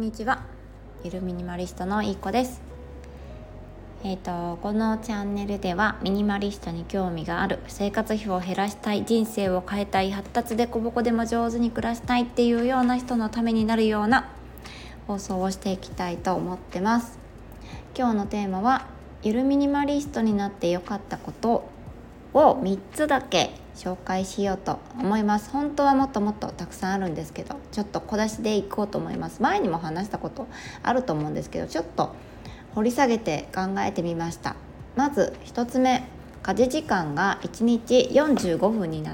にちは。ゆるミニマリストのいい子です。このチャンネルではミニマリストに興味がある、生活費を減らしたい、人生を変えたい、発達でこぼこでも上手に暮らしたいっていうような人のためになるような放送をしていきたいと思ってます。今日のテーマはゆるミニマリストになってよかったことを3つだけ紹介しようと思います。本当はもっともっとたくさんあるんですけど、ちょっと小出しでいこうと思います。前にも話したことあると思うんですけど、ちょっと掘り下げて考えてみました。まず1つ目、家事時間が1日45分になった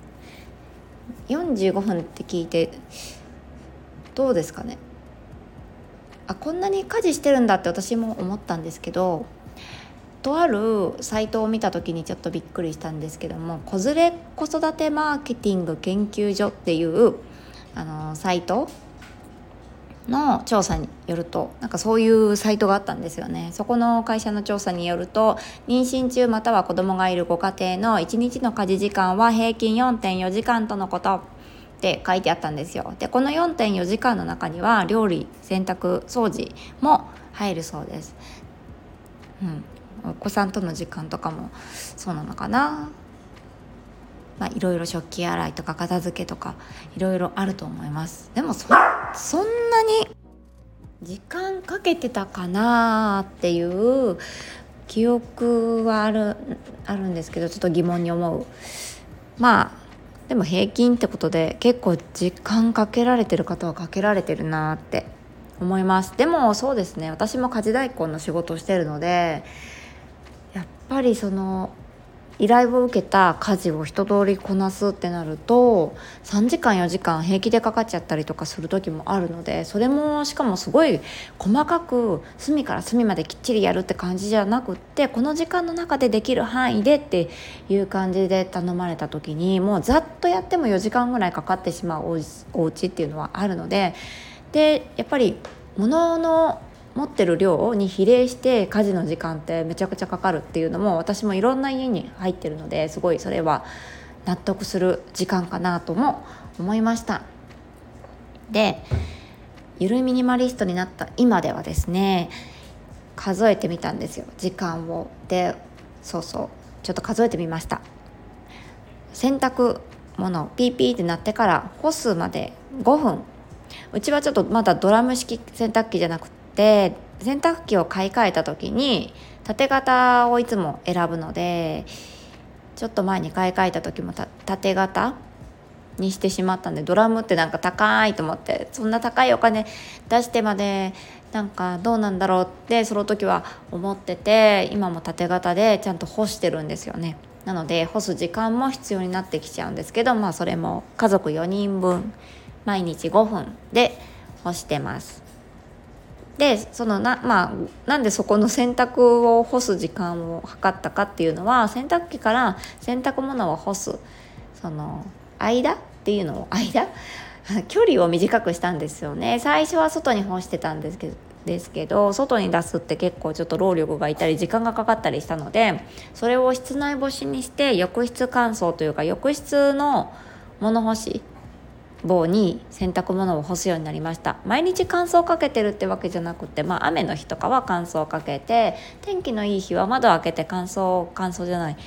。45分って聞いてどうですかね。こんなに家事してるんだって私も思ったんですけど、とあるサイトを見た時にちょっとびっくりしたんですけども、子連れ子育てマーケティング研究所っていうサイトの調査によると、なんかそういうサイトがあったんですよね。そこの会社の調査によると、妊娠中または子供がいるご家庭の1日の家事時間は平均 4.4 時間とのことって書いてあったんですよ。でこの 4.4 時間の中には料理、洗濯、掃除も入るそうです。お子さんとの時間とかもそうなのかな。いろいろ食器洗いとか片付けとかいろいろあると思います。でもそんなに時間かけてたかなっていう記憶はあるんですけど、ちょっと疑問に思う。でも平均ってことで結構時間かけられてる方はかけられてるなって思います。でもそうですね、私も家事代行の仕事をしてるので、やっぱりその依頼を受けた家事を一通りこなすってなると3時間4時間平気でかかっちゃったりとかする時もあるので、それもしかもすごい細かく隅から隅まできっちりやるって感じじゃなくって、この時間の中でできる範囲でっていう感じで頼まれた時に、もうざっとやっても4時間ぐらいかかってしまうお家っていうのはあるので、やっぱり物の持ってる量に比例して家事の時間ってめちゃくちゃかかるっていうのも、私もいろんな家に入ってるので、すごいそれは納得する時間かなとも思いました。で、ゆるミニマリストになった今ではですね、数えてみたんですよ、時間を。でちょっと数えてみました。洗濯物ピーピーってなってから干すまで5分。うちはちょっとまだドラム式洗濯機じゃなくて、洗濯機を買い替えた時に縦型をいつも選ぶので、ちょっと前に買い替えた時も縦型にしてしまったんで、ドラムってなんか高いと思って、そんな高いお金出してまでなんかどうなんだろうってその時は思ってて、今も縦型でちゃんと干してるんですよね。なので干す時間も必要になってきちゃうんですけど、それも家族4人分毎日5分で干してます。でなんでそこの洗濯を干す時間を測ったかっていうのは、洗濯機から洗濯物を干すその間っていうのを距離を短くしたんですよね。最初は外に干してたんですけど、外に出すって結構ちょっと労力がいたり時間がかかったりしたので、それを室内干しにして浴室乾燥というか、浴室の物干し棒に洗濯物を干すようになりました。毎日乾燥かけてるってわけじゃなくて、雨の日とかは乾燥かけて、天気のいい日は窓開けて乾燥じゃない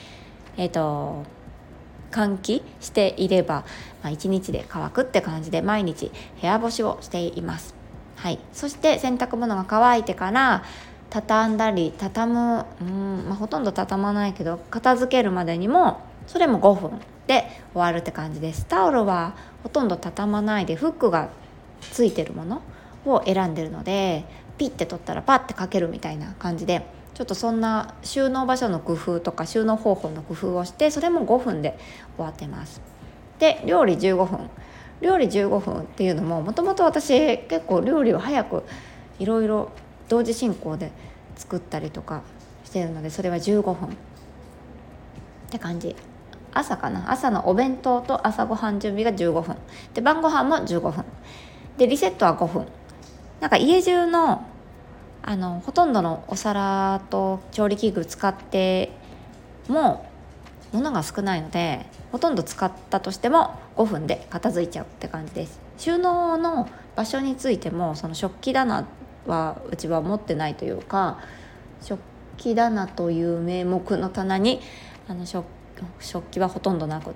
換気していれば、1日で乾くって感じで毎日部屋干しをしています。そして洗濯物が乾いてから畳んだりほとんど畳まないけど片付けるまでにもそれも5分で終わるって感じです。タオルはほとんど畳まないでフックがついてるものを選んでるので、ピッて取ったらパッてかけるみたいな感じで、ちょっとそんな収納場所の工夫とか収納方法の工夫をして、それも5分で終わってます。で料理15分っていうのも、もともと私結構料理を早くいろいろ同時進行で作ったりとかしてるので、それは15分って感じ。朝のお弁当と朝ごはん準備が15分で、晩ご飯も15分で、リセットは5分。なんか家中のほとんどのお皿と調理器具使っても物が少ないので、ほとんど使ったとしても5分で片付いちゃうって感じです。収納の場所についてもその食器棚はうちは持ってないというか、食器棚という名目の棚に食器はほとんどなくって、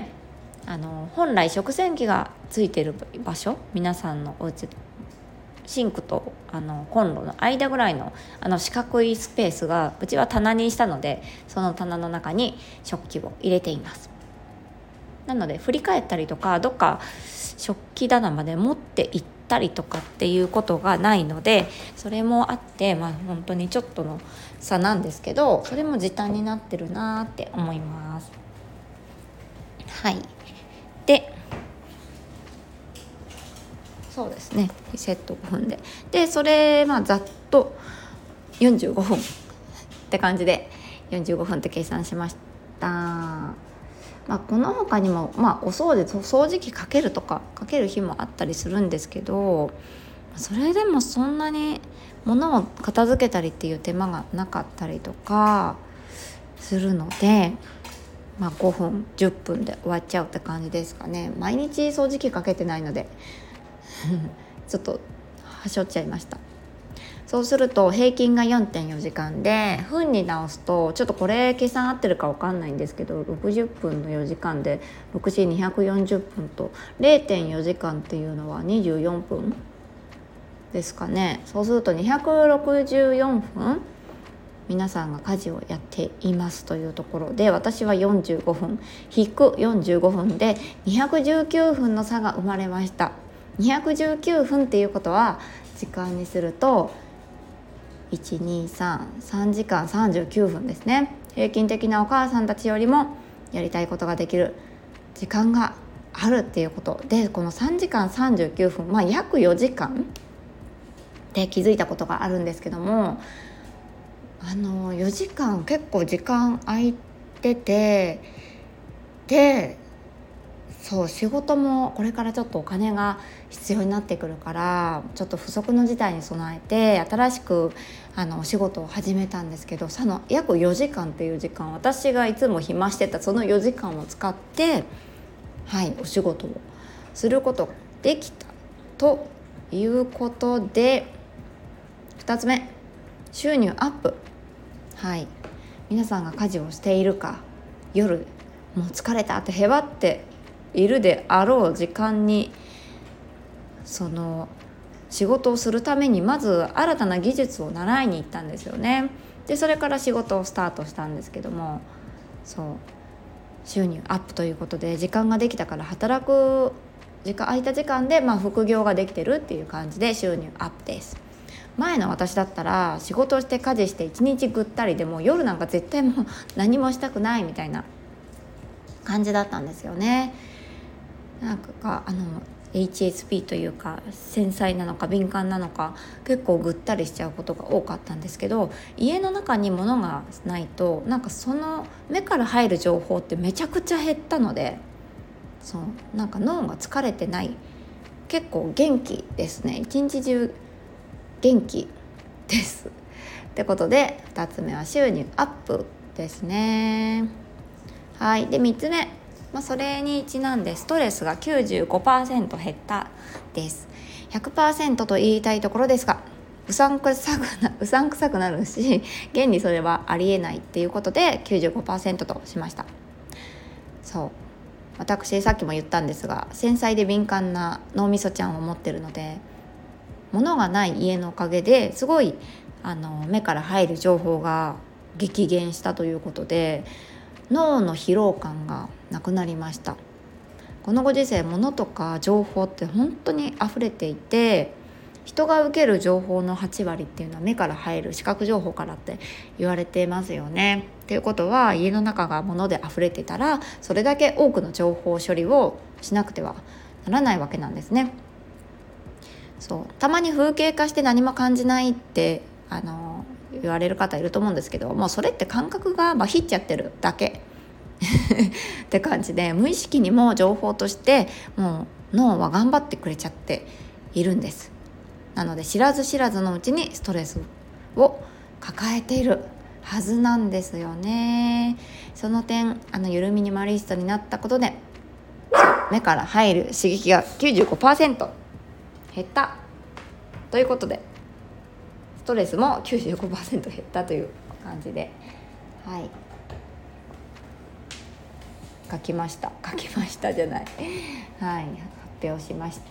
本来食洗機がついてる場所、皆さんのお家シンクとコンロの間ぐらいの四角いスペースがうちは棚にしたので、その棚の中に食器を入れています。なので振り返ったりとかどっか食器棚まで持って行ったりとかっていうことがないので、それもあって、本当にちょっとの差なんですけど、それも時短になってるなって思います。はい。でそうですね、リセット5分でそれざっと45分って感じで45分って計算しました。この他にも、お掃除機かける日もあったりするんですけど、それでもそんなに物を片付けたりっていう手間がなかったりとかするので、5分10分で終わっちゃうって感じですかね。毎日掃除機かけてないのでちょっとはしょっちゃいました。そうすると平均が 4.4 時間で、分に直すとちょっとこれ計算合ってるか分かんないんですけど、60分の4時間で6×240分と 0.4 時間っていうのは24分ですかね。そうすると264分皆さんが家事をやっていますというところで、私は45分引く45分で219分の差が生まれました。219分っていうことは時間にすると123時間39分ですね。平均的なお母さんたちよりもやりたいことができる時間があるっていうことで、この3時間39分、約4時間で気づいたことがあるんですけども、4時間結構時間空いてて、でそう仕事もこれからちょっとお金が必要になってくるから、ちょっと不測の事態に備えて新しくお仕事を始めたんですけど、その約4時間っていう時間、私がいつも暇してたその4時間を使ってお仕事をすることができたということで、2つ目、収入アップ。皆さんが家事をしているか、夜もう疲れたってへばっているであろう時間にその仕事をするためにまず新たな技術を習いに行ったんですよね。でそれから仕事をスタートしたんですけども、収入アップということで時間ができたから働く空いた時間で副業ができてるっていう感じで収入アップです。前の私だったら仕事をして家事して1日ぐったりでも夜なんか絶対もう何もしたくないみたいな感じだったんですよね。HSP というか繊細なのか敏感なのか結構ぐったりしちゃうことが多かったんですけど、家の中に物がないとその目から入る情報ってめちゃくちゃ減ったので、脳が疲れてない、結構元気ですね。一日中元気ですってことで、2つ目は収入アップですね。で3つ目、それにちなんでストレスが 95% 減ったです。 100% と言いたいところですが、うさんくさくなるし、現にそれはありえないっていうことで 95% としました。私さっきも言ったんですが、繊細で敏感な脳みそちゃんを持ってるので、物がない家のおかげですごい目から入る情報が激減したということで、脳の疲労感がなくなりました。このご時世、物とか情報って本当に溢れていて、人が受ける情報の8割っていうのは目から入る視覚情報からって言われてますよね。っていうことは、家の中が物で溢れてたらそれだけ多くの情報処理をしなくてはならないわけなんですね。たまに風景化して何も感じないって言われる方いると思うんですけど、もうそれって感覚がまひっちゃってるだけって感じで、無意識にも情報としてもう脳は頑張ってくれちゃっているんです。なので知らず知らずのうちにストレスを抱えているはずなんですよね。その点ゆるミニマリストになったことで、目から入る刺激が 95% 減ったということで、ストレスも 95% 減ったという感じで、はい、書きましたじゃないはい、発表しました。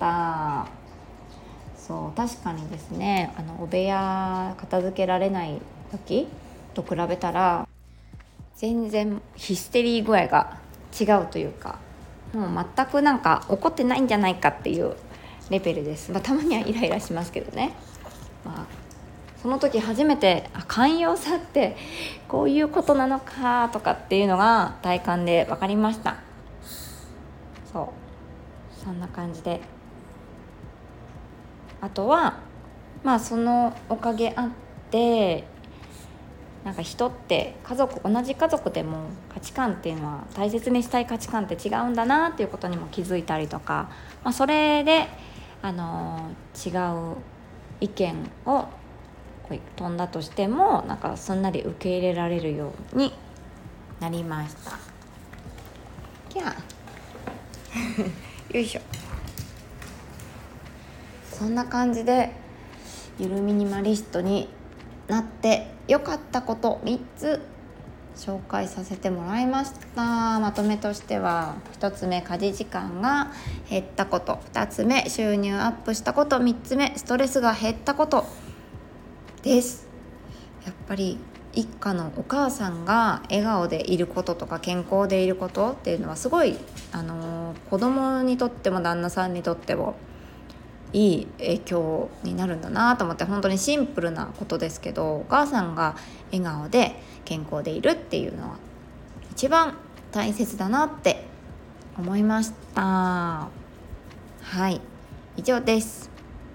そう、確かにですね、お部屋片付けられない時と比べたら全然ヒステリー具合が違うというか、もう全くなんか怒ってないんじゃないかっていうレベルです。たまにはイライラしますけどね、その時初めて寛容さってこういうことなのかとかっていうのが体感で分かりました。そんな感じで、あとはそのおかげあって、なんか人って同じ家族でも価値観っていうのは、大切にしたい価値観って違うんだなっていうことにも気づいたりとか、それで違う意見を飛んだとしてもなんかすんなり受け入れられるようになりました。キャーよいしょ。そんな感じでゆるミニマリストになって良かったこと3つ紹介させてもらいました。まとめとしては、1つ目、家事時間が減ったこと、2つ目、収入アップしたこと、3つ目、ストレスが減ったことです。やっぱり一家のお母さんが笑顔でいることとか健康でいることっていうのはすごい、子供にとっても旦那さんにとってもいい影響になるんだなと思って、本当にシンプルなことですけど、お母さんが笑顔で健康でいるっていうのは一番大切だなって思いました。はい、以上です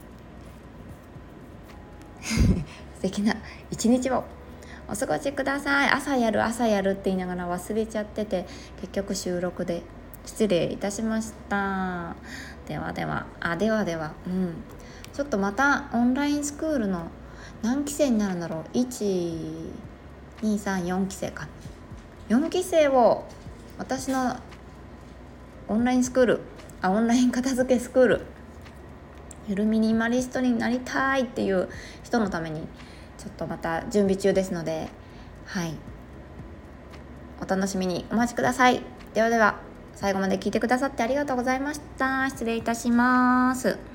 素敵な一日をお過ごしください。朝やるって言いながら忘れちゃってて、結局収録で失礼いたしました。ではちょっとまたオンラインスクールの何期生になるんだろう、1,2,3,4 期生か、4期生を私のオンライン片付けスクール、ゆるミニマリストになりたいっていう人のためにちょっとまた準備中ですので、はい、お楽しみにお待ちください。では最後まで聞いてくださってありがとうございました。失礼いたします。